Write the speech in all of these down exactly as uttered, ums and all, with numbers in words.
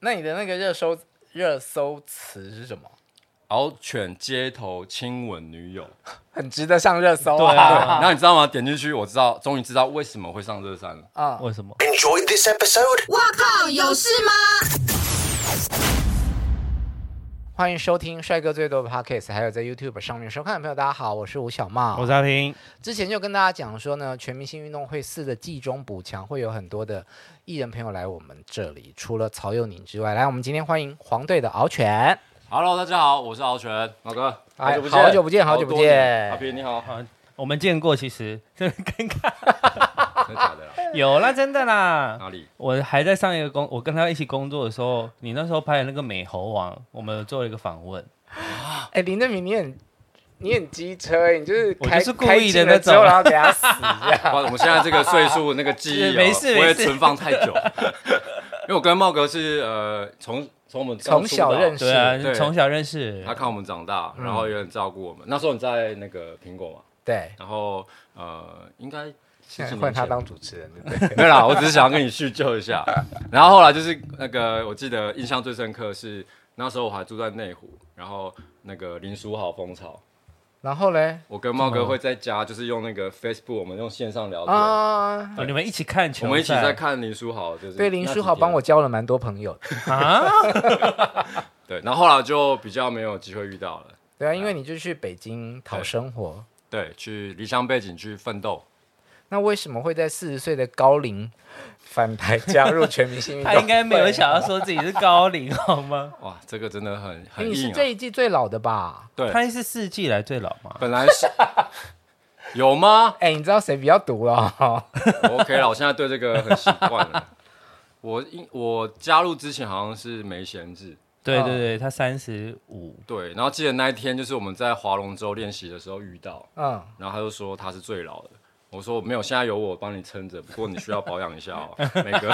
那你的那个热搜热搜词是什么？ 獒犬街头亲吻女友， 很值得上热搜啊！ 对啊， 然后你知道吗？点进去，我知道，终于知道为什么会上热搜了。 啊、 为什么 Enjoyed this episode? 哇靠，有事吗？ 欢迎收听帅哥最多的 Podcast， 还有在 YouTube 上面收看的朋友，大家好，我是吴小茂。 我是阿平。 之前就跟大家讲说呢，全明星运动会四的季中补强会有很多的艺人朋友来我们这里，除了曹佑宁之外，来我们今天欢迎黄队的獒犬。 Hello， 大家好，我是獒犬，老哥，好久不见， 好久不见，好久不见。 阿平你好， 我们见过，其实真的尴尬。 真的假的啦？ 有啦，真的啦。 哪里？ 我还在上一个工，我跟他一起工作的时候，你那时候拍的那个美猴王，我们有做了一个访问。 哎、林正明，你很你很机车，你就是开我就是故意的那种开镜了之后然后给他死这样。 哇，我们现在这个岁数，那个记忆、哦、 没事不会没事存放太久。因为我跟茂哥是呃从从我们刚从小出道认识对啊， 对从小认识。 他看我们长大， 嗯然后也很照顾我们。那时候你在那个苹果嘛， 对， 然后呃应该十几年前现在换他当主持人，对不对？ 没有啦，我只是想要跟你叙旧一下。然后后来就是那个，我记得印象最深刻是那时候我还住在内湖，然后那个林书豪风潮， 然后嘞， 我跟茂哥会在家就是用那个 Facebook， 我们用线上聊天， 啊， 哦，你们一起看球赛， 我们一起在看林书豪，就是对，林书豪帮我交了蛮多朋友的。 啊。 对，然后后来就比较没有机会遇到了。 对啊，因为你就去北京讨生活， 对，去离乡背景去奋斗。 那为什么会在四十岁的高龄返台加入全明星运动会？ 他应该没有想要说自己是高龄，好吗？ 哇，这个真的很因为你是很硬啊。 这一季最老的吧？ 对， 他是四季来最老吗？ 本来是有吗？ 哎、你知道谁比较毒了、哦？ 我 OK 了，我现在对这个很习惯了。我因我加入之前好像是没闲置， 对对对，他三十五。 对，然后记得那一天就是我们在划龙舟练习的时候遇到， 嗯， 然后他就说他是最老的，我说没有，现在有我帮你撑着，不过你需要保养一下哦，梅哥。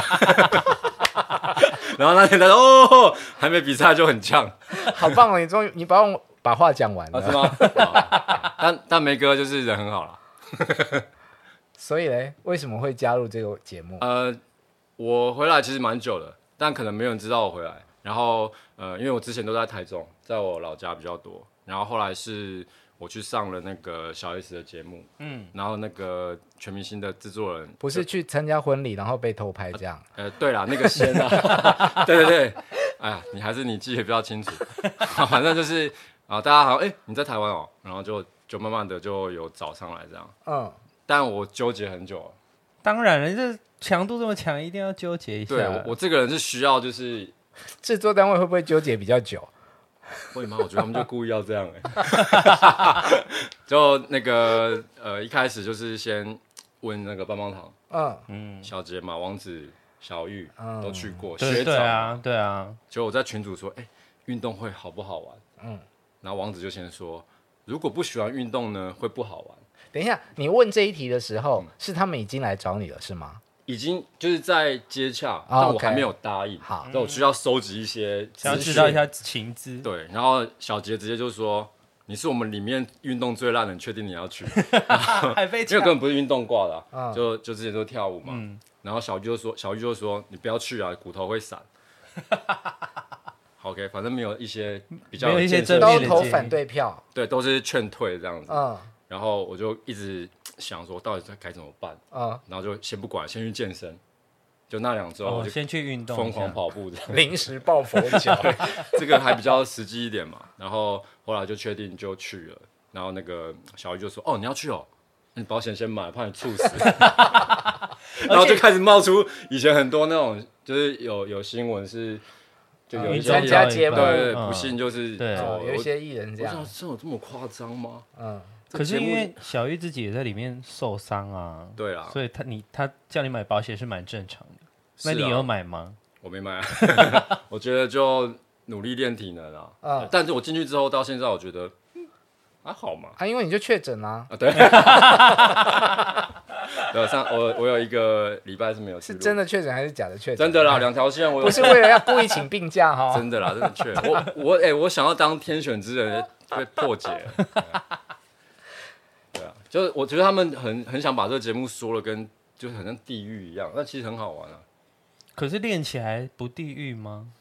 然后那天他说哦，还没比赛就很呛， 好棒哦！你终于你把我把话讲完了， 啊是吗？哦但但梅哥就是人很好啦。 所以嘞，为什么会加入这个节目？ 呃，我回来其实蛮久的，但可能没有人知道我回来。然后呃，因为我之前都在台中，在我老家比较多。然后后来是我去上了那个小 S 的节目，嗯，然后那个全明星的制作人不是去参加婚礼然后被偷拍这样？ 呃，对啦，那个先啊，对对对，哎呀，你还是你记得比较清楚，反正就是啊，大家好像哎、欸、你在台湾哦，然后就就慢慢的就有找上来这样， 嗯， 但我纠结很久了。 当然了，这强度这么强，一定要纠结一下。 对我我这个人是需要就是制作单位会不会纠结比较久？ 会吗？我觉得他们就故意要这样哎、就那个呃一开始就是先问那个棒棒糖， 嗯嗯， 小杰嘛，王子、小玉、 嗯都去过， 对学长对啊，对啊， 结果我在群组说，哎、欸，运动会好不好玩？ 嗯， 然后王子就先说，如果不喜欢运动呢，会不好玩。 等一下，你问这一题的时嗯候，是他们已经来找你了是吗？ 已经就是在接洽，但我 OK 还没有答应。 好但我需要收集一些想要资讯知道一下情资。 对，然后小杰直接就说：“你是我们里面运动最烂的，你确定你要去？” 还被因为根本不是运动挂的、啊嗯就就之前都跳舞嘛。 嗯然后小玉就说：“小玉就说你不要去啊，骨头会散。”OK， 反正没有一些比较没有一些建设都正面的建议投反对票。 对，都是劝退这样子。 嗯然后我就一直想说，到底该怎么办？ 嗯， 然后就先不管，先去健身。就那两周，我哦， 就先去运动一下， 疯狂跑步这样。 临时抱佛脚。 这个还比较实际一点嘛。然后后来就确定就去了。然后那个小玉就说：“哦，你要去哦，你保险先买，怕你猝死。”然后就开始冒出以前很多那种，就是有有新闻是，就有一些参加节目对对， 嗯不幸就是对哦有一些艺人这我想样。 这有这么夸张吗？ 嗯， 可是这节目因为小玉自己也在里面受伤啊， 对啦， 所以他你他叫你买保险是蛮正常的。 是啊那你有买吗？ 我没买啊，我觉得就努力练体能啊。 嗯但是我进去之后到现在，我觉得嗯还好嘛。 啊，因为你就确诊啦， 啊，对。对，上我我有一个礼拜是没有去录， 是真的确诊还是假的确诊？ 真的啦，两条线我有不是为了要故意请病假哈。 真的啦，真的确。我我哎、欸，我想要当天选之人被破解了。对啊，就是我觉得他们很很想把这个节目说了跟就是很像地狱一样，但其实很好玩啊。 可是练起来不地狱吗？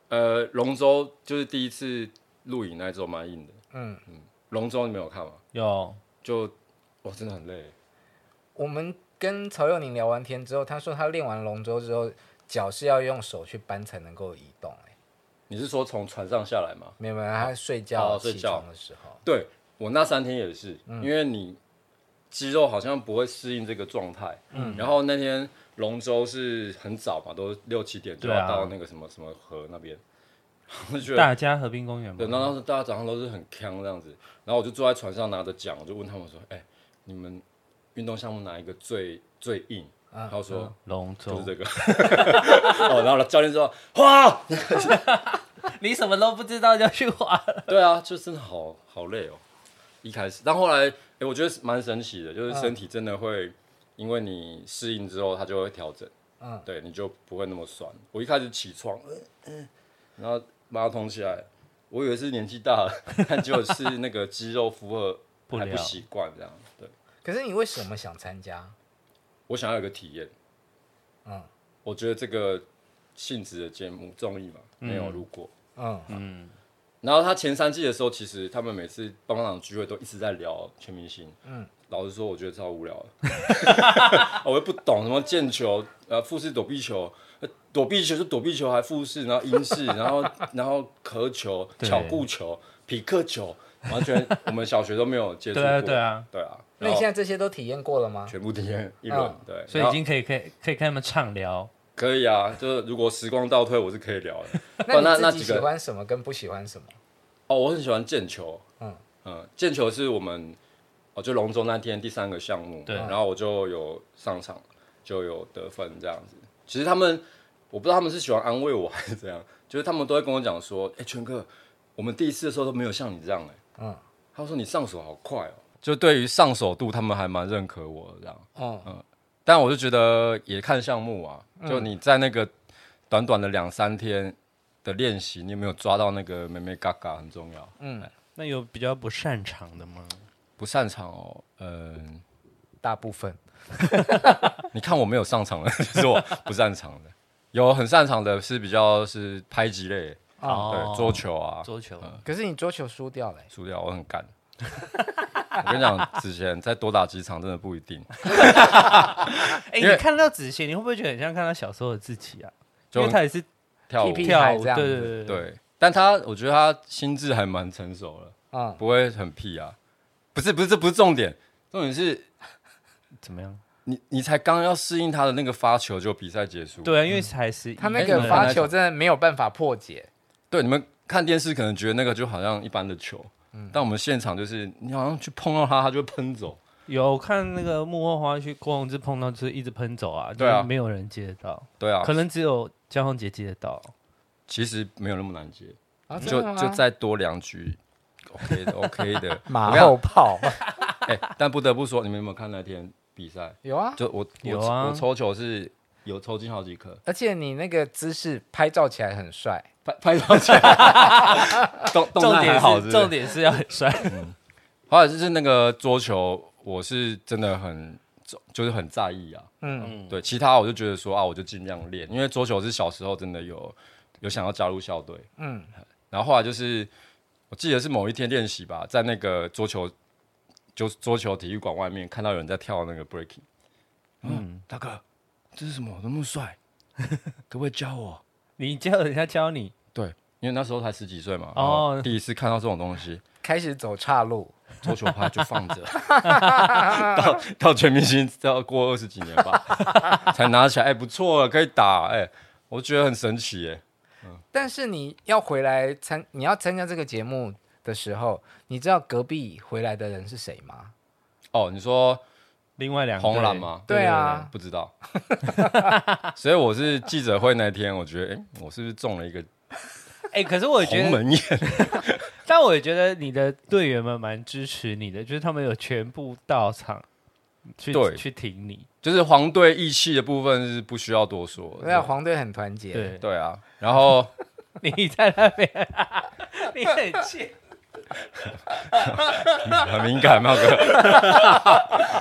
呃，龙舟就是第一次录影那一周蛮硬的。 嗯嗯，龙舟你没有看吗？ 有， 就哇，真的很累。 我们跟曹佑宁聊完天之后，他说他练完龙舟之后，脚是要用手去搬才能够移动、欸。 你是说从船上下来吗？ 没有没有，他睡觉、 哦、睡起觉床的时候。 对，我那三天也是，嗯、因为你肌肉好像不会适应这个状态。嗯，然后那天龙舟是很早嘛，都六七点就要到那个什么、啊、什么河那边。我就觉得大家河滨公园嘛。 对，然后当时大家早上都是很呛这样子，然后我就坐在船上拿着桨，我就问他们说：“哎、欸，你们运动项目哪一个最最硬？”啊、他说：“ 龙舟， 就是这个。”哦，然后教练说：“哇， 你什么都不知道就去滑了。” 对啊，就真的好好累哦。一开始，但后来，哎、欸，我觉得蛮神奇的，就是身体真的会因为你适应之后，它就会调整。嗯，对，你就不会那么酸。我一开始起床，嗯嗯，然后把它捅起来，我以为是年纪大了，但结果是那个肌肉负荷还不习惯这样。对。 可是你为什么想参加？ 我想要有个体验。嗯，我觉得这个性质的节目综艺嘛，没有录过。嗯嗯。然后他前三季的时候，其实他们每次帮帮场聚会都一直在聊全明星。嗯。老实说，我觉得超无聊的。我又不懂什么毽球、呃腹式躲避球，躲避球是躲避球还腹式，然后英式，然后然后壳球、巧固球、匹克球，完全我们小学都没有接触过。 对啊，对啊， 对啊。 那你现在这些都体验过了吗？ 全部体验一轮，嗯、对。 所以已经可以可以可以跟他们畅聊。 可以啊，就是如果时光倒退，我是可以聊的。 那你自己喜欢什么跟不喜欢什么？ 哦，我很喜欢毽球。嗯嗯，毽球是我们哦，就龙舟那天第三个项目，对。然后我就有上场，就有得分这样子。其实他们，我不知道他们是喜欢安慰我还是怎样，就是他们都会跟我讲说：“哎、欸，全哥，我们第一次的时候都没有像你这样哎、欸。”嗯，他说你上手好快哦。就对于上手度，他们还蛮认可我的这样。嗯嗯，但我就觉得也看项目啊，就你在那个短短的两三天的练习，你有没有抓到那个妹妹嘎嘎很重要。 嗯，那有比较不擅长的吗？ 不擅长哦，嗯、呃， 大部分。 你看我没有上场的，就是我不擅长的。有很擅长的是比较是拍击类，哦、对，桌球啊， 桌球。嗯、 可是你桌球输掉了、欸， 输掉，我很干。我跟你讲，子贤再多打几场真的不一定。 哎、欸，你看到子贤，你会不会觉得很像看到小时候的自己啊？因为他也是跳舞跳舞， 对对对对, 对。但他，我觉得他心智还蛮成熟了，嗯，不会很屁啊。不是不是，这不是重点，重点是怎么样？ 你你才刚要适应他的那个发球，就比赛结束。 对啊，因为才是、嗯、 他那个发球真的没有办法破解。 对，你们看电视可能觉得那个就好像一般的球。嗯、但我们现场就是你好像去碰到它，它就会喷走。 有看那个幕后花絮，郭宏志碰到就是一直喷走啊， 对啊， 没有人接得到。 对啊， 可能只有江宏杰接得到。 其实没有那么难接， 啊、 就就再多两局 ，OK 的 OK 的。 马后炮。 哎、欸，但不得不说，你们有没有看那天比赛？ 有啊， 就我有啊， 我抽球是有抽进好几颗， 而且你那个姿势拍照起来很帅。 拍拍照起来，动动态还好是不是， 重点是要很帅。 嗯，后来就是那个桌球，我是真的很就是很在意啊。嗯，对，其他我就觉得说啊，我就尽量练，因为桌球是小时候真的有有想要加入校队。嗯，然后后来就是我记得是某一天练习吧，在那个桌球就桌球体育馆外面看到有人在跳那个 breaking。嗯，大哥，这是什么？那么帅，可不可以教我？ 你叫人家教你？ 对，因为那时候才十几岁嘛，哦，第一次看到这种东西， 开始走岔路， 桌球拍就放着，到到全明星要过二十几年吧，才拿起来，哎、欸，不错了，可以打，哎、欸，我觉得很神奇，哎、 嗯。但是你要回来参，你要参加这个节目的时候，你知道隔壁回来的人是谁吗？ 哦，你说。 另外两个红蓝吗？ 对啊， 不知道。所以我是记者会那天，我觉得，哎、欸，我是不是中了一个？ 哎、欸，可是我觉得鸿门宴。 但我也觉得你的队员们蛮支持你的，就是他们有全部到场去对去挺你。 就是黄队义气的部分是不需要多说。 对啊，黄队很团结。 对对啊，然后你在那边，你很气。 很敏感，茂哥。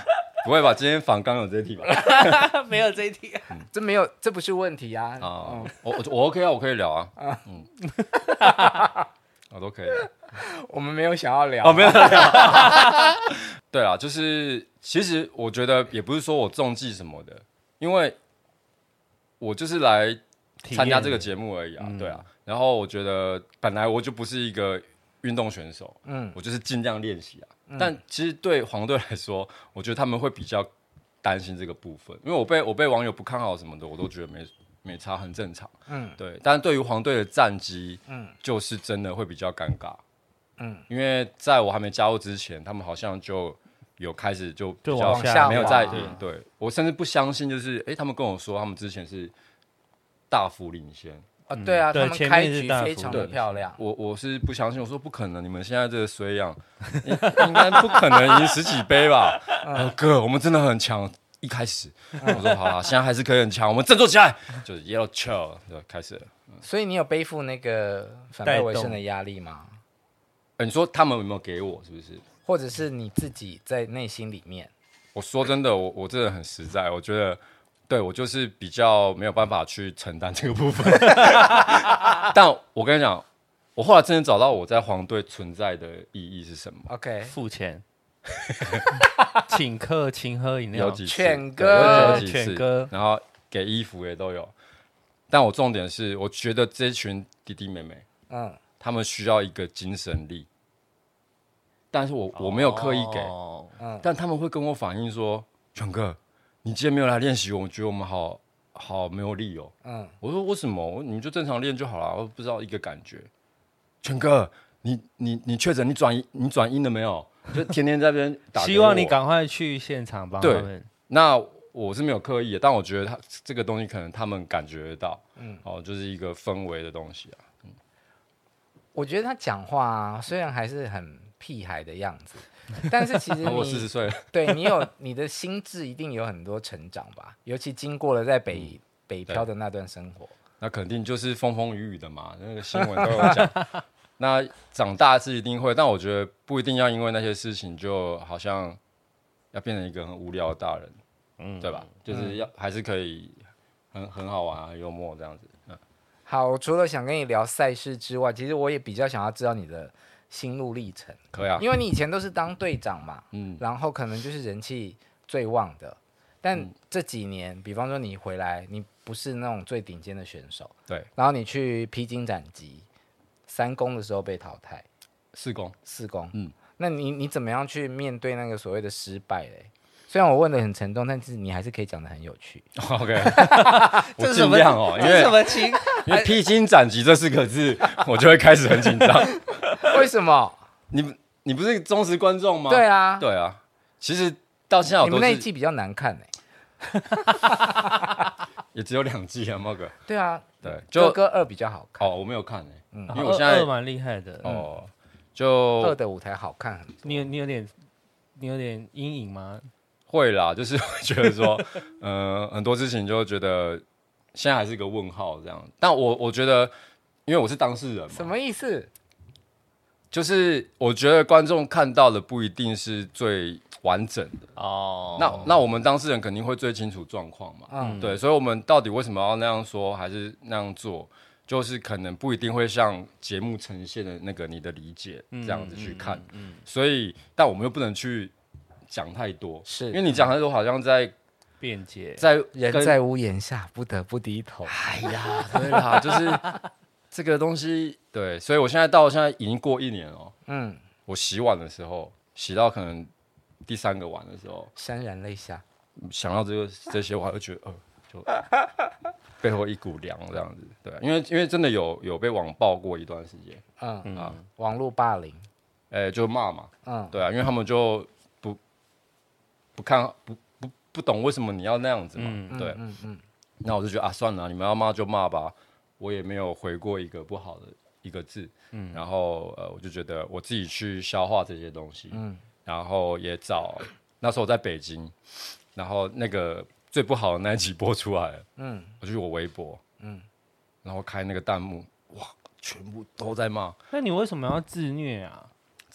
不会吧？今天访刚有这一题吧？ 没有这一题、啊， 这没有，这不是问题啊。 啊、 嗯我我我 OK 啊，我可以聊啊，嗯，我都可以。 我们没有想要聊。 哦，没有聊。对啊，就是其实我觉得也不是说我中计什么的，因为我就是来参加这个节目而已啊，对啊。然后我觉得本来我就不是一个运动选手，嗯，我就是尽量练习啊。嗯、但其实对黄队来说，我觉得他们会比较担心这个部分，因为我被我被网友不看好什么的，我都觉得没没差，很正常。嗯，对。但对于黄队的战绩，嗯，就是真的会比较尴尬。嗯，因为在我还没加入之前，他们好像就有开始就比较往下没有在滑赢。对我甚至不相信，就是哎、欸，他们跟我说他们之前是大幅领先。 啊，对啊， 对他们开前面是大幅局非常的漂亮。 我我是不相信，我说不可能，你们现在这个衰样，应应该不可能赢十几杯吧？嗯、哥，我们真的很强。一开始、嗯、我说好了，现在还是可以很强，我们振作起来，就是 Yellow Chill 就开始了。 嗯、所以你有背负那个反败为胜的压力吗？ 欸、你说他们有没有给我？是不是？ 或者是你自己在内心里面？ 我说真的，我我真的很实在，我觉得。对我就是比较没有办法去承担这个部分，但我跟你讲，我后来真的找到我在黄队存在的意义是什么。 OK， 付钱，请客，请喝饮料， 有几次， 劝歌， 有几次， 劝歌， 然后给衣服也都有。但我重点是，我觉得这群弟弟妹妹，嗯，他们需要一个精神力，但是我我没有刻意给，哦、但他们会跟我反映说，全哥。你今天没有来练习，我觉得我们好好没有力哦。嗯，我说为什么？你们就正常练就好了。我不知道一个感觉。全哥，你你你确诊，你转你转阴了没有？就天天在那边打。 希望你赶快去现场帮他们。 对，那我是没有刻意的，但我觉得他这个东西可能他们感觉得到。嗯，哦，就是一个氛围的东西啊。嗯， 我觉得他讲话啊，虽然还是很屁孩的样子。但是其实你我四十岁了， 对你有你的心智一定有很多成长吧，尤其经过了在北、嗯、北漂的那段生活， 那肯定就是风风雨雨的嘛，那个新闻都有讲。那长大是一定会，但我觉得不一定要因为那些事情就好像要变成一个很无聊的大人，嗯，对吧？就是要、嗯、还是可以很很好玩、很幽默这样子。嗯， 好，除了想跟你聊赛事之外，其实我也比较想要知道你的。心路历程可以啊， 因为你以前都是当队长嘛，嗯，然后可能就是人气最旺的，但这几年，比方说你回来，你不是那种最顶尖的选手， 对， 然后你去披荆斩棘，三公的时候被淘汰， 四公， 四公，嗯，那你你怎么样去面对那个所谓的失败嘞？虽然我问的很沉重，但是你还是可以讲的很有趣。 OK， 我尽量哦，因为什么情？ 因为披荆斩棘这四个字，我就会开始很紧张。 为什么？ 你你不是忠实观众吗？ 对啊， 对啊。其实到现在我都是你们那一季比较难看哎、 欸，也只有两季啊，茂哥。 对啊， 对， 就哥哥二比较好看。 哦，我没有看哎、欸， 嗯， 因为我现在二蛮厉害的。 哦，就二的舞台好看很多。 你你有点你有点阴影吗？ 会啦，就是会觉得说，呃，很多事情就觉得现在还是一个问号这样。但我我觉得，因为我是当事人嘛， 什么意思？ 就是我觉得观众看到的不一定是最完整的哦。那那我们当事人肯定会最清楚状况嘛，嗯，对，所以我们到底为什么要那样说，还是那样做，就是可能不一定会像节目呈现的那个你的理解这样子去看。嗯嗯嗯、所以，但我们又不能去讲太多， 是因为你讲太多，好像在辩解， 在人在屋檐下，不得不低头。 哎呀，对啦，就是这个东西，对，所以我现在到现在已经过一年了。嗯，我洗碗的时候，洗到可能第三个碗的时候， 潸然泪下， 想到这个这些，我还会觉得，呃，就背后一股凉这样子，对，因为因为真的有有被网暴过一段时间， 嗯嗯啊，网络霸凌， 哎、欸，就骂嘛，嗯，对啊，因为他们就不不看不不不懂为什么你要那样子嘛，嗯、对，嗯 嗯, 嗯，那我就觉得啊，算了，你们要骂就骂吧，我也没有回过一个不好的一个字，嗯，然后呃，我就觉得我自己去消化这些东西，嗯，然后也找那时候我在北京，然后那个最不好的那一集播出来了，嗯，我就去我微博，嗯，然后开那个弹幕，哇，全部都在骂。 那你为什么要自虐啊？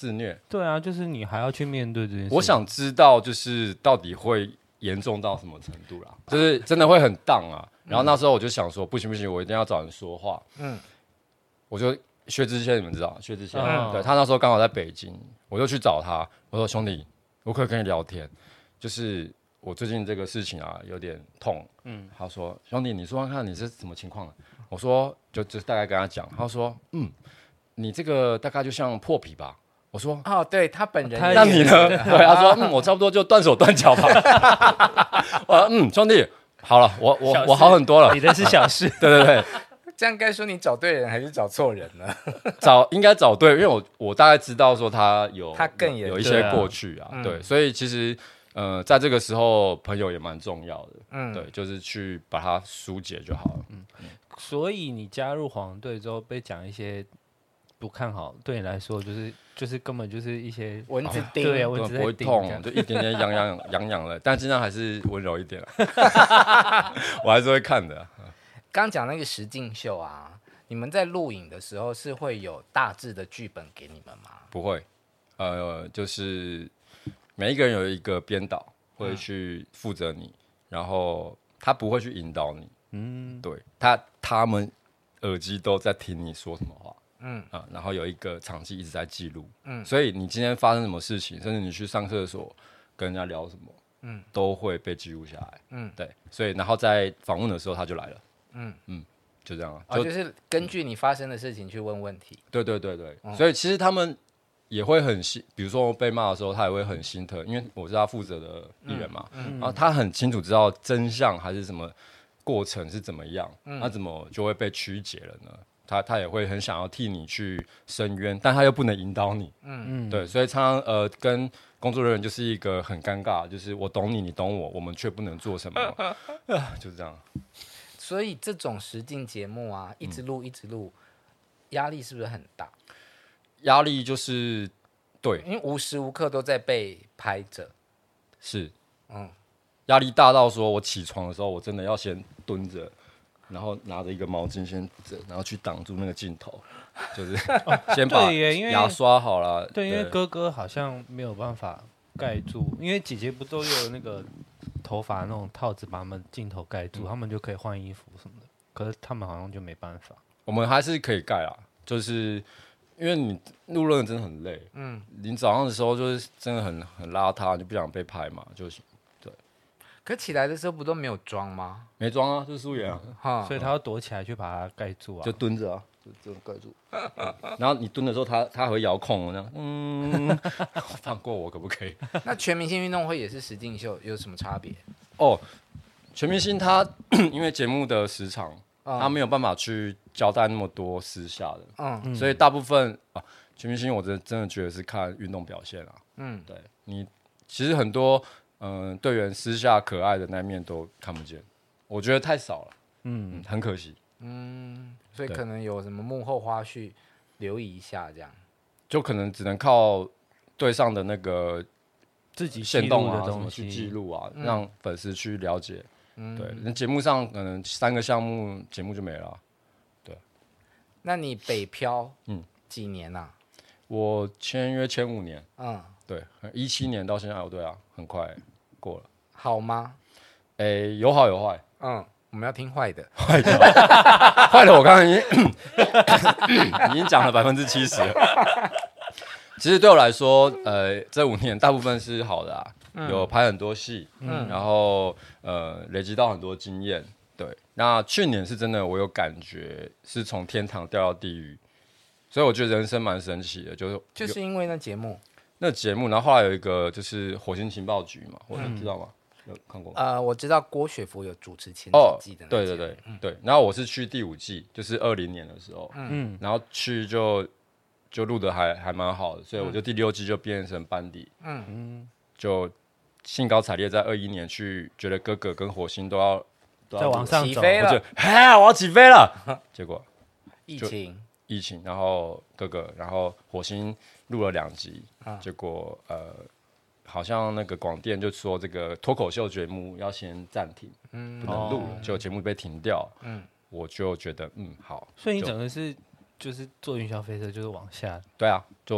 自虐？ 对啊，就是你还要去面对这件事。 我想知道，就是到底会严重到什么程度啦？就是真的会很荡啊。然后那时候我就想说，不行不行，我一定要找人说话。嗯，我就薛之谦，你们知道薛之谦？嗯、对他那时候刚好在北京，我就去找他，我说兄弟，我可以跟你聊天，就是我最近这个事情啊有点痛。嗯，他说兄弟，你说看看你是什么情况？我说就就大概跟他讲，他说嗯，你这个大概就像破皮吧。我说哦，对他本人， 那你呢？对，他说嗯，我差不多就断手断脚吧。我说嗯，兄弟。好了，我我我好很多了。 你的是小事， 对对对。 这样该说你找对人还是找错人呢？ 找应该找对，因为我我大概知道说他有他更有一些过去啊，对，所以其实呃在这个时候朋友也蛮重要的，嗯，对，就是去把它疏解就好了。嗯， 所以你加入黄队之后被讲一些不看好，对你来说就是就是根本就是一些蚊子叮， 对啊，蚊子不会痛，就一点点痒痒痒痒了，但尽量还是温柔一点我还是会看的。 刚讲那个实境秀啊，你们在录影的时候是会有大致的剧本给你们吗？ 不会，呃，就是每一个人有一个编导会去负责你，然后他不会去引导你，嗯，对他他们耳机都在听你说什么话。嗯啊，然后有一个场记一直在记录，嗯，所以你今天发生什么事情，甚至你去上厕所跟人家聊什么，嗯，都会被记录下来，嗯，对，所以然后在访问的时候他就来了，嗯嗯，就这样啊， 就、哦、就是根据你发生的事情去问问题， 对对对对，嗯、所以其实他们也会很心，比如说被骂的时候，他也会很心疼，因为我是他负责的艺人嘛，嗯嗯、然后他很清楚知道真相还是什么过程是怎么样，嗯、那怎么就会被曲解了呢？他他也会很想要替你去申冤，但他又不能引导你，嗯嗯，对，所以常常呃跟工作人员就是一个很尴尬，就是我懂你，你懂我，我们却不能做什么，就是这样。 所以这种实境节目啊，一直录一直录，压力是不是很大？ 压力就是对， 因为无时无刻都在被拍着， 是，嗯，压力大到说我起床的时候，我真的要先蹲着。然后拿着一个毛巾先，然后去挡住那个镜头，就是先把牙刷好了。 对，因为哥哥好像没有办法盖住，因为姐姐不都有那个头发那种套子把他们镜头盖住，嗯、他们就可以换衣服什么的。可是他们好像就没办法。 我们还是可以盖啊，就是因为你录了真的很累，嗯，你早上的时候就是真的很很邋遢，就不想被拍嘛，就是。 可起来的时候不都没有妆吗？ 没妆啊，就是素颜啊， 所以他要躲起来去把它盖住啊， 就蹲着啊，就这样盖住。然后你蹲的时候，他他还会遥控那样，嗯，放过我可不可以？ 那全明星运动会也是实境秀，有什么差别？ 哦，全明星他因为节目的时长，嗯、他没有办法去交代那么多私下的，嗯，所以大部分啊，全明星我真真的觉得是看运动表现啊，嗯，对你其实很多。嗯，队员私下可爱的那一面都看不见，我觉得太少了，嗯，嗯很可惜， 嗯，所以可能有什么幕后花絮，留意一下这样， 就可能只能靠队上的那个自己限动啊的什么去记录啊，嗯、让粉丝去了解，嗯、对，那节目上可能三个项目节目就没了、啊，对。 那你北漂，嗯，几年啊？ 我签约签五年，嗯，对，一七年到现在，对啊，很快、欸。过了好吗？ 哎、欸，有好有坏。 嗯，我们要听坏的。 坏的，坏的，我刚刚已经已经讲了百分之七十。其实对我来说，呃，这五年大部分是好的啊，嗯、有拍很多戏，嗯，然后呃，累积到很多经验。对，那去年是真的，我有感觉是从天堂掉到地狱，所以我觉得人生蛮神奇的，就是就是因为那节目。 那节目，然后后来有一个就是火星情报局嘛，我能知道吗？有看过吗？ 呃，我知道郭雪芙有主持前几季的那、哦。 对对对、嗯、对。然后我是去第五季，就是二零年的时候，嗯，然后去就就录的还还蛮好的，所以我就第六季就变成班底，嗯嗯，就兴高采烈在二一年去，觉得哥哥跟火星都要都要在往上起飞了， 我就嗨，我要起飞了，结果疫情疫情，然后哥哥，然后火星。录了两集，啊、结果呃，好像那个广电就说这个脱口秀节目要先暂停，嗯，不能录了，结果节目被停掉，嗯，我就觉得嗯好， 所以你整个是就是坐云霄飞车，就是往下， 对啊，就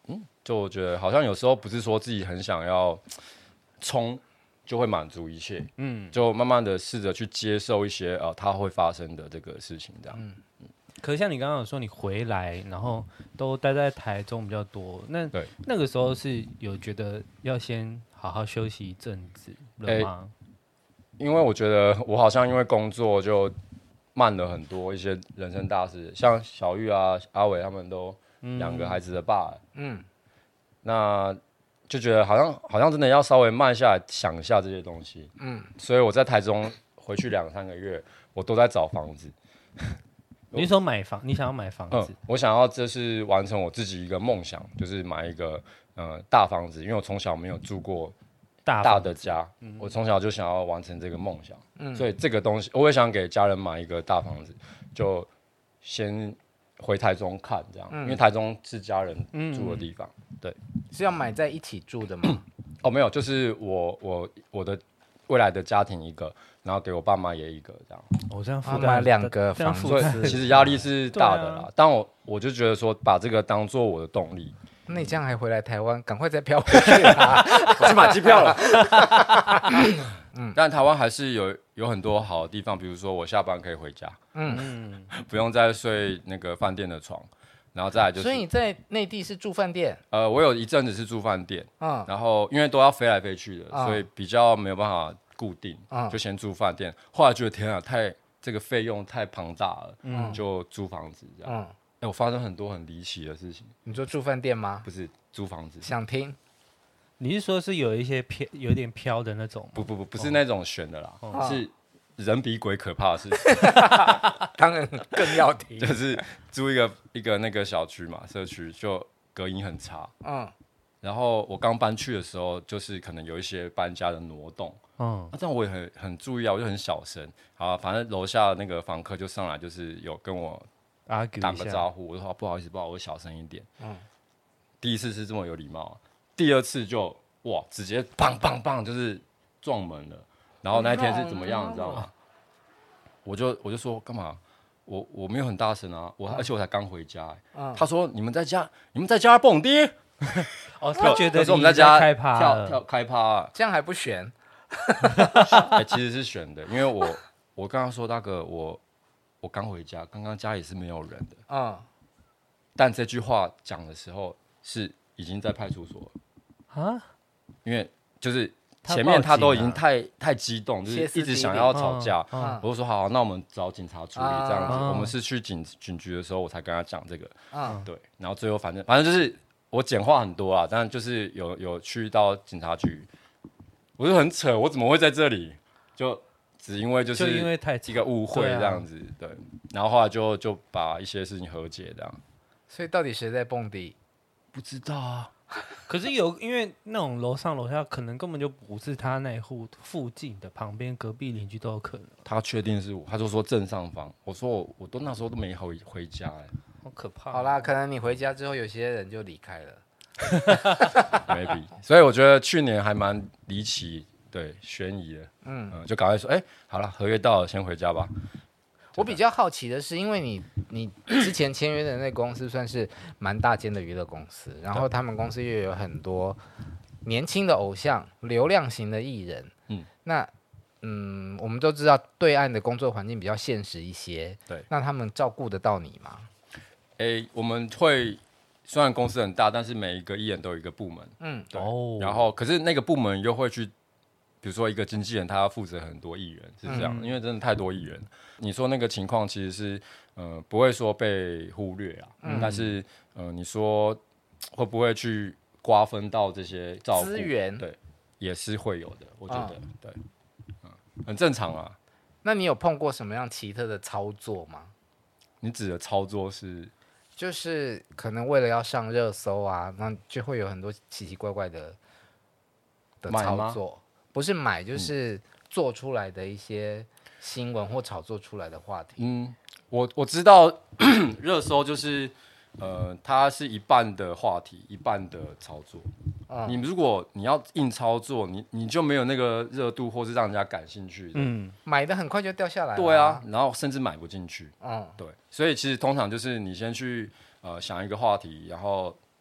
嗯，就我觉得好像有时候不是说自己很想要冲就会满足一切，嗯，就慢慢的试着去接受一些呃它会发生的这个事情，这样。嗯可是像你刚刚有说你回来，然后都待在台中比较多，那对那个时候是有觉得要先好好休息一阵子了吗？ 因为我觉得我好像因为工作就慢了很多一些人生大事，像小玉啊、阿伟他们都两个孩子的爸，嗯，那就觉得好像好像真的要稍微慢下来想一下这些东西，嗯，所以我在台中回去两三个月，我都在找房子。 你是说买房？你想要买房子？ 嗯，我想要这是完成我自己一个梦想，就是买一个呃大房子，因为我从小没有住过大大的家，嗯、我从小就想要完成这个梦想，嗯、所以这个东西我也想给家人买一个大房子，就先回台中看这样，嗯、因为台中是家人住的地方，嗯、对， 是要买在一起住的吗？ 哦，没有，就是我我我的未来的家庭一个。然后给我爸妈也一个这样， 我、哦、这样负担买两个房子， 所以其实压力是大的啦。啊、但我我就觉得说，把这个当做我的动力。 那你这样还回来台湾，赶快再飘回去啦！ 我去买机票了。嗯，但台湾还是有有很多好的地方，比如说我下班可以回家，嗯，不用再睡那个饭店的床，然后再来就是。 所以你在内地是住饭店？ 呃，我有一阵子是住饭店，嗯，然后因为都要飞来飞去的，嗯、所以比较没有办法。固定，嗯、就先住饭店。后来觉得天啊，太这个费用太庞大了，嗯、就租房子这样。哎、嗯欸，我发生很多很离奇的事情。 你说住饭店吗？ 不是租房子。 想听？ 你是说是有一些飘，有点飘的那种？ 不不不，不是那种悬的啦，哦、是人比鬼可怕的事情。 当然更要听。 就是租一个一个那个小区嘛，社区就隔音很差。嗯。然后我刚搬去的时候，就是可能有一些搬家的挪动，嗯，那、啊、这样我也很很注意啊，我就很小声，好，反正楼下那个房客就上来，就是有跟我打个招呼，我说不好意思，不好意思，我小声一点，嗯，第一次是这么有礼貌，第二次就哇，直接砰砰砰，就是撞门了，然后那一天是怎么样，你知道吗？我就我就说干嘛？我我没有很大声啊，我而且我才刚回家、欸，嗯、他说你们在家，你们在家蹦迪。 哦，他觉得是我们在家开趴跳跳开趴、啊， 这样还不悬？ 哎、欸，其实是悬的，因为我我刚刚说大哥，我我刚回家，刚刚家里是没有人的，嗯，但这句话讲的时候是已经在派出所了啊，因为就是前面他都已经太太激动，就是一直想要吵架，嗯嗯、我就说好，好，那我们找警察处理这样子，嗯、我们是去警警局的时候，我才跟他讲这个，嗯，对，然后最后反正反正就是。我简化很多啊，但就是有有去到警察局，我就很扯，我怎么会在这里？就只因为就是因为太一个误会这样子，对,、啊、对，然后后来就就把一些事情和解这样。 所以到底谁在蹦迪？ 不知道啊。 可是有因为那种楼上楼下可能根本就不是他那户附近的，旁边隔壁邻居都有可能。 他确定是我，他就说正上方，我说我我都那时候都没回回家哎、欸。 好可怕、啊！ 好啦，可能你回家之后，有些人就离开了。 maybe， 所以我觉得去年还蛮离奇，对，悬疑的。嗯, 嗯，就赶快说，哎、欸，好了，合约到了，先回家吧。 我比较好奇的是，因为你你之前签约的那公司算是蛮大间的娱乐公司，然后他们公司又有很多年轻的偶像、流量型的艺人。嗯，那嗯，我们都知道对岸的工作环境比较现实一些。 对， 那他们照顾得到你吗？ 欸、我们会虽然公司很大，但是每一个艺人都有一个部门，嗯，对，哦、然后可是那个部门又会去，比如说一个经纪人，他要负责很多艺人，是这样，嗯、因为真的太多艺人。你说那个情况其实是呃不会说被忽略啊，嗯、但是呃你说会不会去瓜分到这些照顾资源？ 对，也是会有的，我觉得，嗯、对，嗯，很正常啊。 那你有碰过什么样奇特的操作吗？ 你指的操作是？ 就是可能为了要上热搜啊，那就会有很多奇奇怪怪的的操作，不是买就是做出来的一些新闻或炒作出来的话题。 嗯，我我知道热搜就是呃，它是一半的话题，一半的操作。嗯、你如果你要硬操作，你你就没有那个热度，或是让人家感兴趣的。 嗯，买的很快就掉下来了。 对啊，然后甚至买不进去。嗯，对，所以其实通常就是你先去呃想一个话题，然后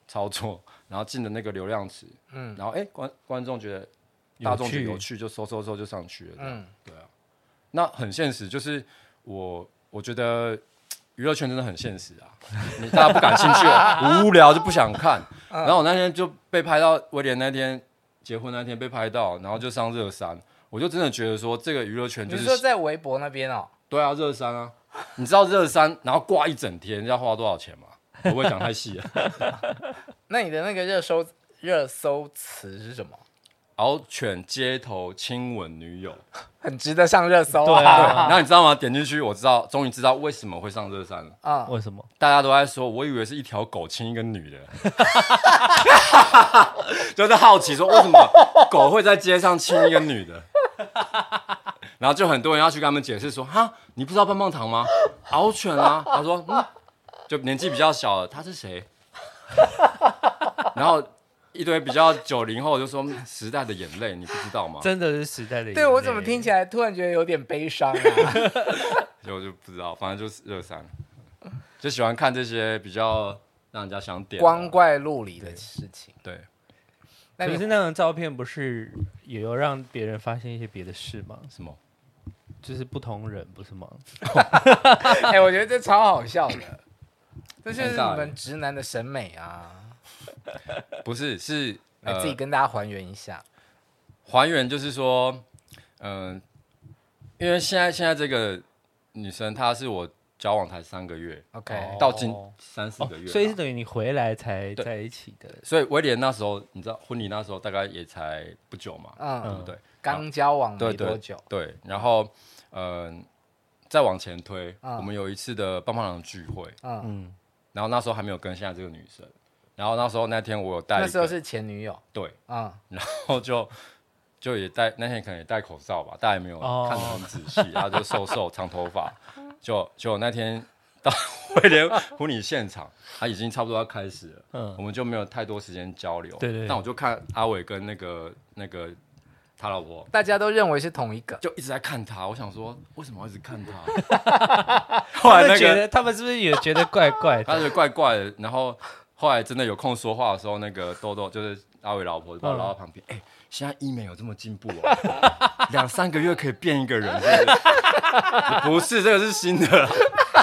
操作，然后进了那个流量池， 嗯然后哎、欸、观观众觉得大众觉得有趣，就搜搜搜就上去了，嗯，对啊，那很现实，就是我我觉得娱乐圈真的很现实啊，你大家不感兴趣了，无聊就不想看，然后我那天就被拍到威廉那天结婚那天被拍到，然后就上热搜，我就真的觉得说这个娱乐圈就是， 你说在微博那边哦？ 对啊，热搜啊，你知道热搜然后挂一整天要花多少钱吗？会不会讲太细了？ 那你的那个热搜热搜词是什么？ 獒犬街头亲吻女友， 很值得上热搜啊！ 对啊， 然后你知道吗？点进去，我知道，终于知道为什么会上热搜了。 啊、 为什么？ 大家都在说，我以为是一条狗亲一个女的，就是好奇说为什么狗会在街上亲一个女的，然后就很多人要去跟他们解释说，哈，你不知道棒棒糖吗？獒犬啊，他说，嗯，就年纪比较小了，他是谁？然后一堆比较九零后就说时代的眼泪，你不知道吗？ 真的是时代的眼泪。 对我怎么听起来突然觉得有点悲伤啊？ 就就不知道，反正就是热三，就喜欢看这些比较让人家想点光怪陆离的事情。 对， 可是那张照片不是也有让别人发现一些别的事吗？ 什么？ 就是不同人，不是吗？ 哎、欸，我觉得这超好笑的，这就是你们直男的审美啊。 不是，是、 呃、自己跟大家还原一下。 还原就是说，嗯、呃，因为现在现在这个女生她是我交往才三个月 ，OK， 到今三四个月、 哦，所以是等于你回来才在一起的。 所以威廉那时候，你知道婚礼那时候大概也才不久嘛，嗯，对不对？ 刚交往没多久， 对，对，然后嗯、呃，再往前推、嗯，我们有一次的棒棒糖聚会，嗯，然后那时候还没有跟现在这个女生。然后那时候那天我有带， 那时候是前女友， 对，嗯，然后就就也戴那天可能也戴口罩吧，大家也没有看得很仔细，然后就瘦瘦长头发，就就那天到威廉婚礼现场，他已经差不多要开始了，嗯，我们就没有太多时间交流， 对 对, 對， 但我就看阿伟跟那个那个他老婆， 大家都认为是同一个， 就一直在看他，我想说为什么要一直看他？ 后来、那個、觉得他们是不是也觉得怪怪的？ 他觉得怪怪的，然后。后来真的有空说话的时候，那个豆豆就是阿伟老婆，就把我拉到旁边。哎、嗯欸，现在医美有这么进步哦，两三个月可以变一个人，是不是？不是，这个是新的啦。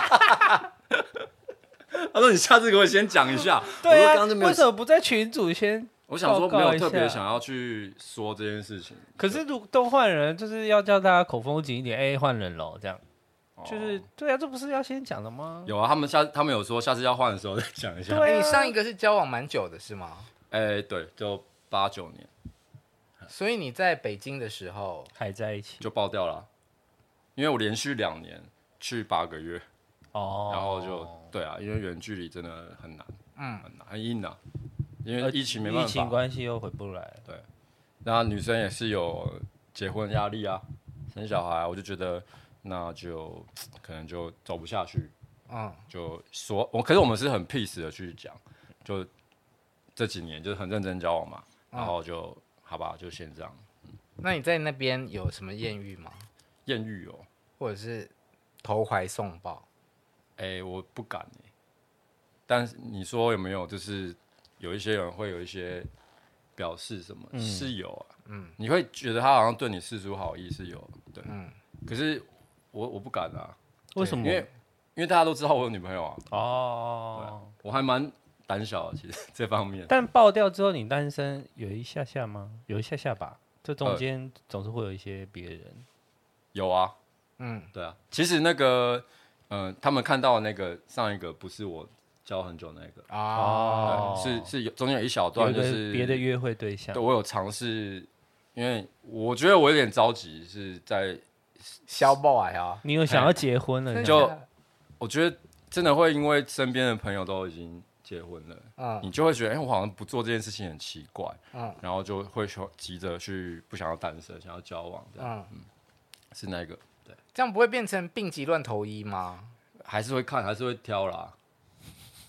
他说：“你下次给我先讲一下。” 对啊， 我说刚刚就没有为什么不在群组先？ 我想说没有特别想要去说这件事情。 可是如都换人，就是要叫大家口风紧一点。哎，换人喽，这样。就是对啊，这不是要先讲的吗？ 有啊，他们下他们有说下次要换的时候再讲一下。 对、啊欸，你上一个是交往蛮久的是吗？ 哎、欸，对，就八九年。 所以你在北京的时候还在一起， 就爆掉了、啊，因为我连续两年去八个月，哦，然后就对啊，因为远距离真的很难，嗯，很难，很硬啊，因为疫情没办法， 疫情关系又回不来。 对，然后女生也是有结婚压力啊，生小孩，我就觉得。那就可能就走不下去，嗯，就说我，可是我们是很 peace 的去讲，就这几年就是很认真交往嘛，然后就、嗯、好吧，就先这样。 嗯、那你在那边有什么艳遇吗？ 艳遇哦， 或者是投怀送抱？ 哎、欸，我不敢哎、欸，但是你说有没有？就是有一些人会有一些表示什么，嗯、是有啊，嗯，你会觉得他好像对你示出好意是有，对，嗯，可是。我我不敢啊， 为什么？ 因为因为大家都知道我有女朋友啊。 哦， 啊我还蛮胆小的，其实这方面。 但爆掉之后，你单身有一下下吗？有一下下吧，这中间总是会有一些别人。呃、 有啊，嗯，对啊。其实那个，嗯、呃，他们看到的那个上一个不是我交很久那个啊，是是有中间有一小段就是别的约会对象。 对，我有尝试，因为我觉得我有点着急，是在。 小 boy 啊， 你有想要结婚了？ 就我觉得真的会因为身边的朋友都已经结婚了，嗯，你就会觉得，哎、欸，我好像不做这件事情很奇怪，嗯，然后就会急着去不想要单身，想要交往，这样，嗯，嗯是那个，对， 这样不会变成病急乱投医吗？ 还是会看，还是会挑啦，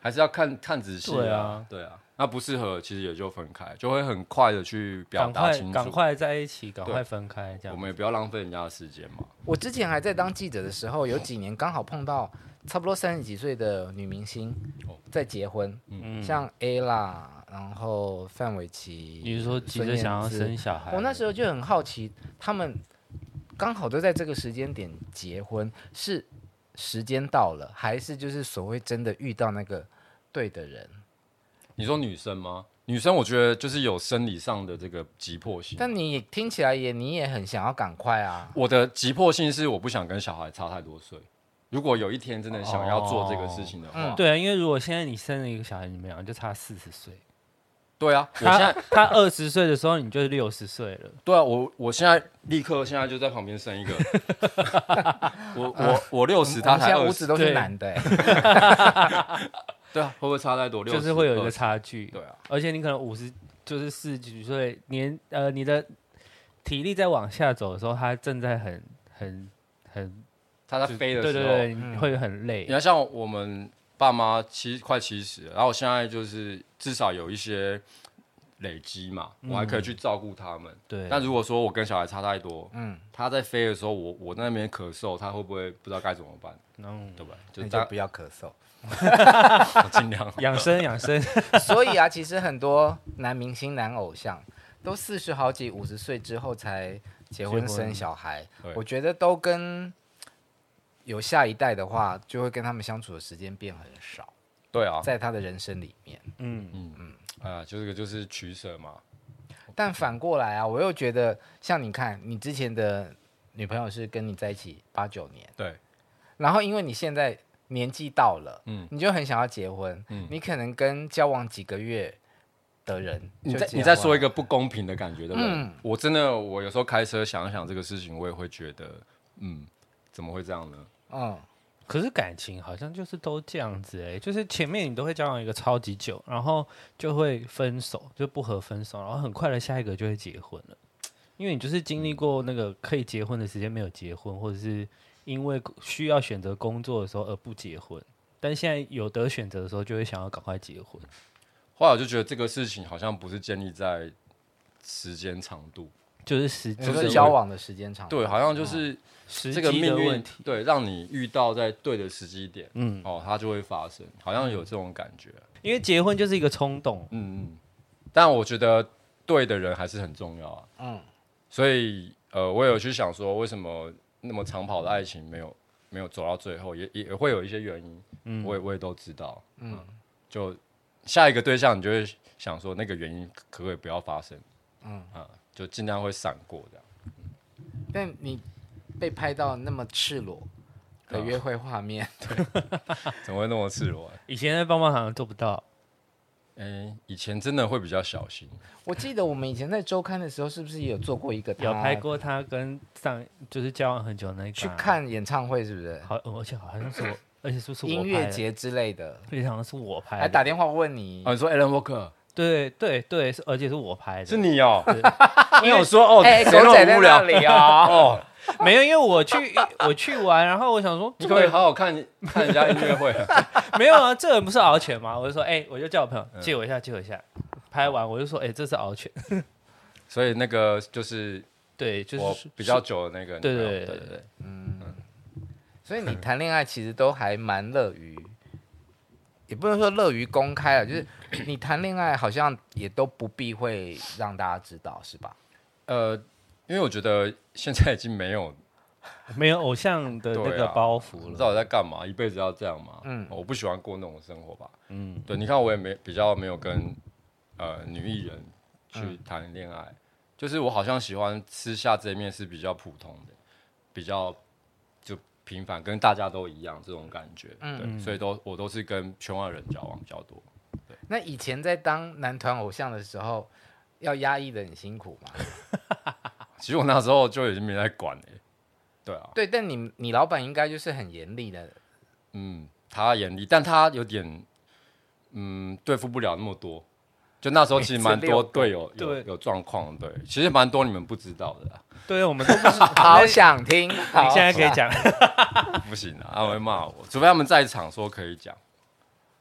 还是要看看仔细。 对啊， 对啊，那不适合其实也就分开，就会很快的去表赶快达清楚， 赶快在一起，赶对快分开，这样。 我们也不要浪费人家的时间嘛。 我之前还在当记者的时候，有几年刚好碰到差不多三十几岁的女明星在结婚， 嗯， 像 A 啦，然后范玮琪， 你是说急孙燕着想要姿生小孩？ 我那时候就很好奇，他们刚好都在这个时间点结婚，是时间到了，还是就是所谓真的遇到那个对的人？ 你说女生吗？女生我觉得就是有生理上的这个急迫性， 但你听起来也你也很想要赶快啊。 我的急迫性是我不想跟小孩差太多岁。如果有一天真的想要做这个事情的话， 哦嗯对啊，因为如果现在你生了一个小孩，你们两个就差四十岁。 对啊，我现他在他二十岁的时候，你就六十岁了。 对啊，我我现在立刻现在就在旁边生一个，我我我六十，他我们现才二十， 在五指都是对男的、欸， 对啊，会不会差太多？ 就是会有一个六十差距。 对啊， 而且你可能五十，就是四十几岁，年呃，你的体力在往下走的时候，他正在很很很他在飞的时候， 对对对， 嗯你会很累你。看像我们爸妈七快七十了，然后我现在就是至少有一些累积嘛，我还可以去照顾他们。 对， 但如果说我跟小孩差太多， 嗯， 他在飞的时候，我我那边咳嗽，他会不会不知道该怎么办？ 嗯， 对不对？就大那就不要咳嗽。 我尽量。 养生养生， 所以啊，其实很多男明星、男偶像都四十好几、五十岁之后才结婚结婚生小孩对， 我觉得都跟有下一代的话，就会跟他们相处的时间变很少， 对啊， 在他的人生里面。 嗯， 啊，就这个就是取舍嘛。 但反过来啊，我又觉得，像你看，你之前的女朋友是跟你在一起八九年， 对， 然后因为你现在年纪到了， 嗯你就很想要结婚， 嗯你可能跟交往几个月的人， 你再你再说一个， 个不公平的感觉，对不对？ 嗯我真的，我有时候开车想一想这个事情，我也会觉得，嗯，怎么会这样呢？ 嗯， 可是感情好像就是都这样子哎、就是前面你都会交往一个超级久，然后就会分手，就不合分手，然后很快的下一个就会结婚了，因为你就是经历过那个可以结婚的时间没有结婚，或者是因为需要选择工作的时候而不结婚，但现在有得选择的时候，就会想要赶快结婚。 后来我就觉得这个事情好像不是建立在时间长度， 就是时就就是是交往的时间长， 对，好像就是时这个机的命运问题。 对，让你遇到在对的时机点， 嗯， 哦，它就会发生，好像有这种感觉。 因为结婚就是一个冲动， 嗯嗯，但我觉得对的人还是很重要啊。 嗯， 所以呃，我有去想说，为什么那么长跑的爱情没有没有走到最后，也也会有一些原因。嗯，我也我也都知道。嗯，就下一个对象，你就会想说，那个原因可不可以不要发生？嗯啊，就尽量会闪过这样。 但你被拍到那么赤裸的约会画面， 怎么会那么赤裸、欸？ 以前在棒棒糖做不到。 哎、以前真的会比较小心。 我记得我们以前在周刊的时候，是不是也有做过一个他有拍过他跟上就是交往很久的那个去，看演唱会，是不是？ 好，而且好像是我，而且是不是我音拍的， 乐节之类的， 而且好像是我拍的， 还打电话问你哦，，你说 Alan Walker 对对对，是而且是我拍的， 是你哦、 对你有说哦， 哎， 谁狗仔在那那么无聊里啊， 哦？ 没有，因为我去我去玩，然后我想说， 你可不可以这个好好看看人家音乐会啊？ 没有啊，这个人不是敖犬吗？我就说，哎，我就叫我朋友嗯借我一下，借我一下。拍完我就说，哎，这是敖犬， 所以那个就是对，就我是比较久的那个女朋友， 对对对对对对， 所以你谈恋爱其实都还蛮乐于，也不能说乐于公开了，就是你谈恋爱好像也都不避讳让大家知道，是吧？ 呃，因为我觉得现在已经没有没有偶像的那个对啊包袱了。 你知道我在干嘛，一辈子要这样吗？ 嗯我不喜欢过那种生活吧。 嗯， 对，你看我也没比较没有跟呃女艺人去嗯谈恋爱，就是我好像喜欢私下这一面是比较普通的，比较就平凡，跟大家都一样这种感觉。 嗯对，所以都我都是跟圈外人交往比较多。 那以前在当男团偶像的时候，要压抑的很辛苦嘛？ 其实我那时候就已经没在管了、对啊， 对，但你你老板应该就是很严厉的， 嗯，他严厉，但他有点嗯对付不了那么多。就那时候其实蛮多队友有对有状况，对，其实蛮多你们不知道的啦， 对，我们都不是。 好想听。 你好现在可以讲， 不行啊，他们会骂我，除非他们在场说可以讲。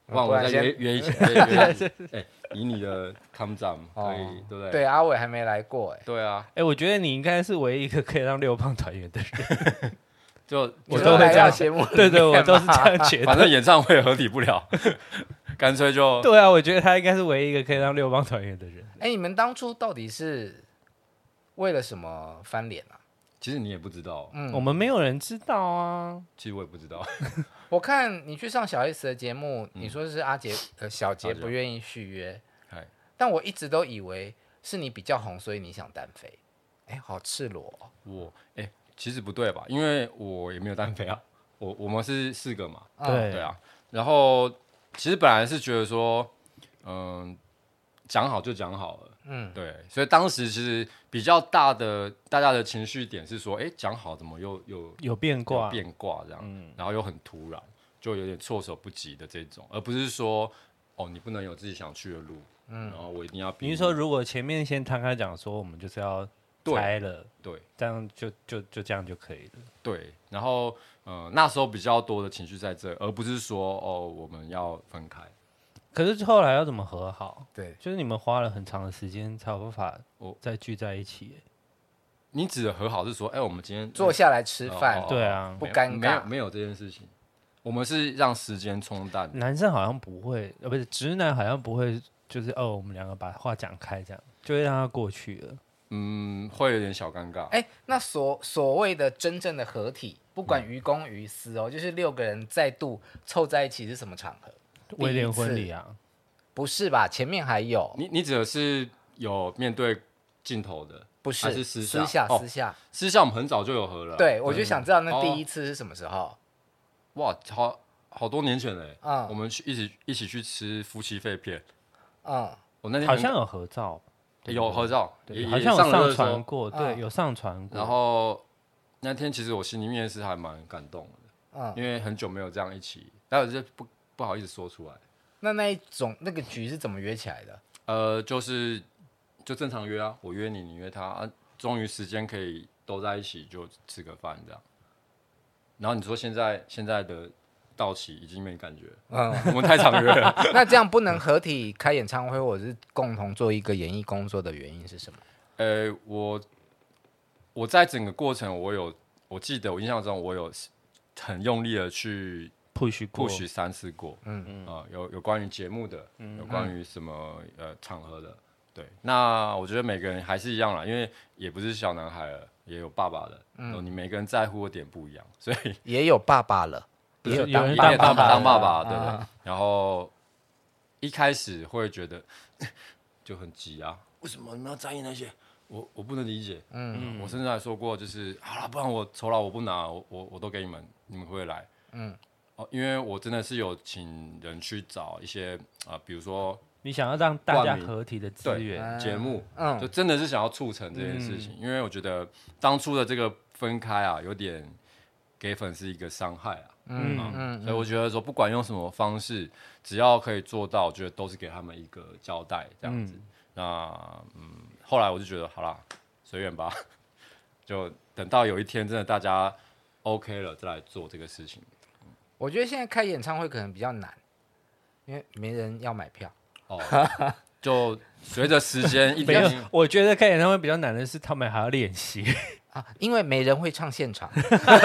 不然我再约约一起，约约。哎，以你的康长可以，对不对？ 对，阿伟还没来过，哎， 对啊， 哎，我觉得你应该是唯一一个可以让六胖团圆的人。 就我都会这样节目， 对对，我都是这样觉得。 反正演唱会合体不了，干脆就对啊，我觉得他应该是唯一一个可以让六帮团圆的人。 哎，你们当初到底是为了什么翻脸啊？ 其实你也不知道， 嗯，我们没有人知道啊。 其实我也不知道。 我看你去上小 S 的节目，你说是阿杰呃小杰不愿意续约，但我一直都以为是你比较红，所以你想单飞。哎，好赤裸哦。 我哎。其实不对吧，因为我也没有单飞啊，我我们是四个嘛， 对对啊。然后其实本来是觉得说，嗯，讲好就讲好了，嗯，对。所以当时其实比较大的大家的情绪点是说，哎，讲好怎么又又有变卦， 变卦这样，嗯，然后又很突然，就有点措手不及的这种，而不是说，哦，你不能有自己想去的路，嗯，然后我一定要。 你是说如果前面先摊开讲说，我们就是要。拆了， 对， 这样就就就这样就可以了。 对，然后呃那时候比较多的情绪在这，而不是说哦我们要分开。 可是后来要怎么和好？ 对， 就是你们花了很长的时间才有办法再聚在一起。 你指的和好是说，哎，我们今天坐下来吃饭， 哦、对啊， 不尴尬， 没有没有这件事情。我们是让时间冲淡。 男生好像不会，呃，不是直男好像不会，就是哦，我们两个把话讲开，这样就会让他过去了。 嗯，会有点小尴尬。 哎，那所所谓的真正的合体，不管于公于私哦，就是六个人再度凑在一起是什么场合？ 威廉婚礼啊？ 不是吧？前面还有。 你你指的是有面对镜头的？ 不是， 还是私下？私下， 哦、 私下。 私下我们很早就有合了。 对，我就想知道那第一次是什么时候？ 哦、哇，好好多年前嘞。 嗯， 我们去一起一起去吃夫妻肺片。 嗯， 我那天好像有合照。 有合照， 好像有上传过，对，有上传过。 然后那天其实我心里面是还蛮感动的，嗯，因为很久没有这样一起，但我就不不好意思说出来。 那那一种那个局是怎么约起来的？ 呃，就是就正常约啊，我约你，你约他，啊，终于时间可以都在一起，就吃个饭这样。然后你说现在现在的到期已经没感觉，嗯，我们太常约了。 那这样不能合体开演唱会，或者是共同做一个演艺工作的原因是什么？ 呃，我我在整个过程，我有我记得我印象中，我有很用力的去 push push 三次过，嗯嗯啊、呃，有有关于节目的， 嗯、 有关于什么呃场合的，对。那我觉得每个人还是一样啦，因为也不是小男孩了，也有爸爸的，嗯，你每个人在乎的点不一样，所以也有爸爸了。也有有人当爸爸， 当爸爸，对不对？然后一开始会觉得就很急啊，为什么你们要在意那些？我我不能理解。嗯，我甚至还说过，就是好了，不然我酬劳我不拿，我我我都给你们，你们会不会来？嗯，哦，因为我真的是有请人去找一些啊、呃，比如说你想要让大家合体的资源节目，嗯，就真的是想要促成这件事情，嗯、因为我觉得当初的这个分开啊，有点给粉丝一个伤害啊。嗯嗯，嗯，所以我觉得说，不管用什么方式，只要可以做到，我觉得都是给他们一个交代，这样子。嗯那嗯，后来我就觉得，好啦，随缘吧，就等到有一天真的大家 OK 了，再来做这个事情。 我觉得现在开演唱会可能比较难，因为没人要买票。 哦，就随着时间一点， 我觉得开演唱会比较难的是，他们还要练习啊，因为没人会唱现场。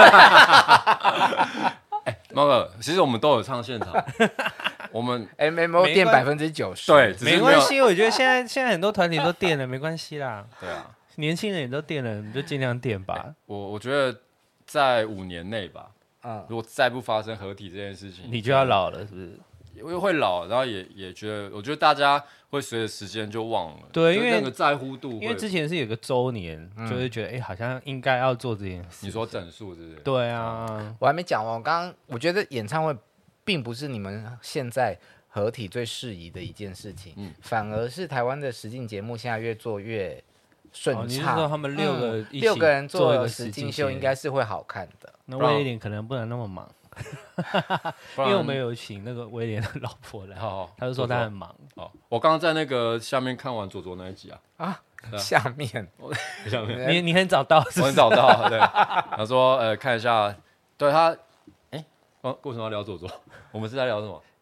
哎，猫哥，其实我们都有唱现场，我们 M M O 垫百分之九十， 对， 没关系。我觉得现在现在很多团体都垫了，没关系啦。 对啊， 年轻人也都垫了，你就尽量垫吧。 欸、我我觉得在五年内吧，嗯，如果再不发生合体这件事情， 你就要老了，是不是？ 因为会老，然后也也觉得，我觉得大家会随着时间就忘了， 对，因为那个在乎度， 因为之前是有个周年，嗯、就会觉得，哎、欸，好像应该要做这件事。 你说整数是不是？ 对啊， 我还没讲完，我刚刚我觉得演唱会并不是你们现在合体最适宜的一件事情，嗯、反而是台湾的实境节目现在越做越顺畅。哦、 你是说他们六个、嗯、 六个人做实境秀应该是会好看的？ 那威廉可能不能那么忙。因为我们有请那个威廉的老婆来，哦、他就说他很忙。 哦，我刚刚在那个下面看完左左那一集啊， 啊，下面， 下面， 你你很早到是不是， 我很早到，对。他说，呃，看一下，对他，哎、欸，为什么要聊左左？我们是在聊什么？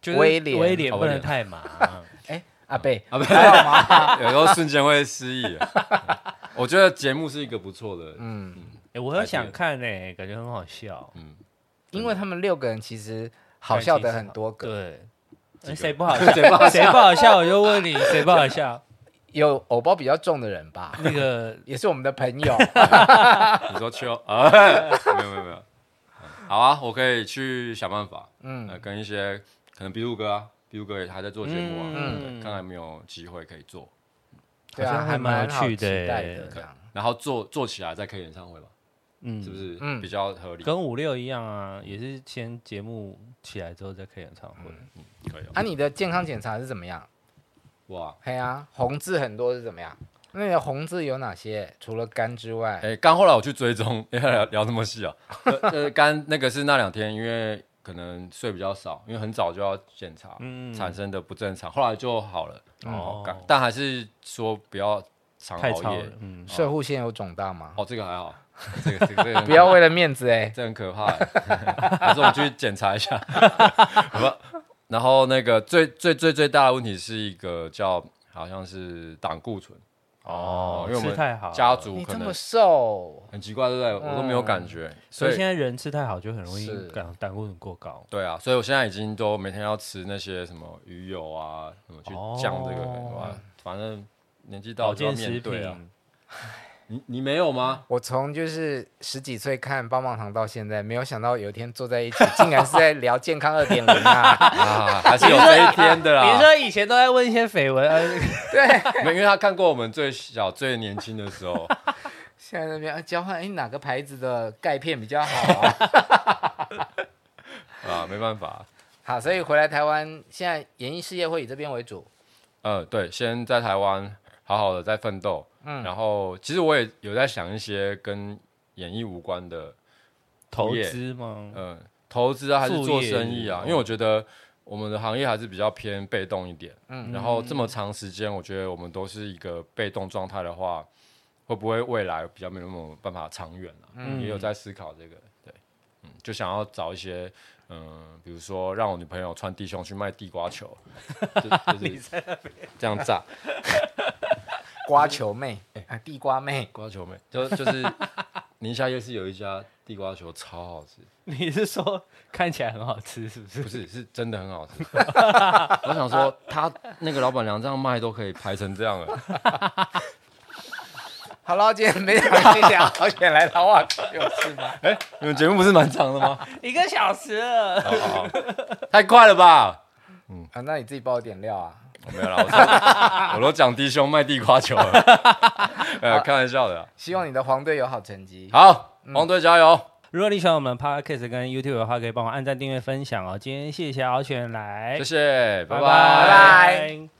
就是威廉威廉不能哦威廉太麻。 哎，阿贝啊，不还好吗？ 有时候瞬间会失忆。我觉得节目是一个不错的， 嗯， 哎，我很想看呢，感觉很好笑。 嗯， 因为他们六个人其实好笑的很多个， 对， 几个那谁不好笑？ 谁不好笑谁不好笑？我就问你，谁不好笑？ 有偶包比较重的人吧， 那个也是我们的朋友。 你说秋啊？没有没有没有，好啊，我可以去想办法， 嗯呃，跟一些可能比如哥啊，比如哥也还在做节目啊， 嗯对看看有没有机会可以做， 对啊， 好像还还蛮好蛮有趣的期待耶的这样。 然后做做起来再开演唱会吧， 嗯是不是？ 嗯比较合理， 跟五六一样啊，也是先节目起来之后再开演唱会。 嗯可以哦。 啊，你的健康检查是怎么样？ 哇， 嘿啊，红字很多是怎么样？那你的红字有哪些？除了肝之外， 哎，刚后来我去追踪，要聊聊那么细啊？呃呃，刚那个是那两天，因为可能睡比较少，因为很早就要检查， 嗯产生的不正常，后来就好了。 哦哦，但但还是说不要常熬夜太超了。，嗯， 射护腺有肿大吗？ 哦，这个还好，这个这个这个不要为了面子哎。 这很可怕欸，还是我们去检查一下。不，然后那个最最最最大的问题是一个叫好像是胆固醇哦因为我们吃太好了家族你这么可能瘦， 很奇怪，对不对？我都没有感觉，所以所以现在人吃太好就很容易是胆胆固醇过高。 对啊，所以我现在已经都每天要吃那些什么鱼油啊，什么去降这个， 哦哇反正年纪到保了就要健食面对啊。 品， 你你没有吗？ 我从就是十几岁看棒棒糖到现在，没有想到有一天坐在一起，竟然是在聊健康二点零啊！ 啊，还是有这一天的啦。 比如说以前都在问一些绯闻，呃， 对， 没有因为他看过我们最小、最年轻的时候。 现在那边啊交换，哎，哪个牌子的钙片比较好啊？ 啊，没办法。 好，所以回来台湾，现在演艺事业会以这边为主。 呃，对，先在台湾好好的在奋斗， 嗯然后其实我也有在想一些跟演艺无关的， 投业资吗？ 呃，投资啊，还是做副业生意啊，因为我觉得我们的行业还是比较偏被动一点， 嗯然后这么长时间，我觉得我们都是一个被动状态的话，会不会未来比较没有那么办法长远啊？ 嗯也有在思考这个，对，嗯，就想要找一些。嗯，比如说让我女朋友穿低胸去卖地瓜球，就就是这样炸瓜球妹，啊，地瓜妹， 瓜球妹，就就是宁夏夜市有一家地瓜球超好吃， 你是说看起来很好吃，是不是？ 不是是真的很好吃。我想说，他那个老板娘这样卖都可以排成这样了。 好了，今天没想谢谢好选来到哇，有事吗？ 哎、你们节目不是蛮长的吗？ 一个小时了， 好好好太快了吧？ 啊，那你自己帮我点料啊。 我没有啦，我说我都讲低胸卖地瓜球了，呃，开玩笑的啦。 希望你的黄队有好成绩。 好，黄队加油！ 如果你喜欢我们 Podcast 跟 YouTube 的话，可以帮我按赞、订阅、分享哦。今天谢谢敖犬来， 谢谢，拜拜拜拜拜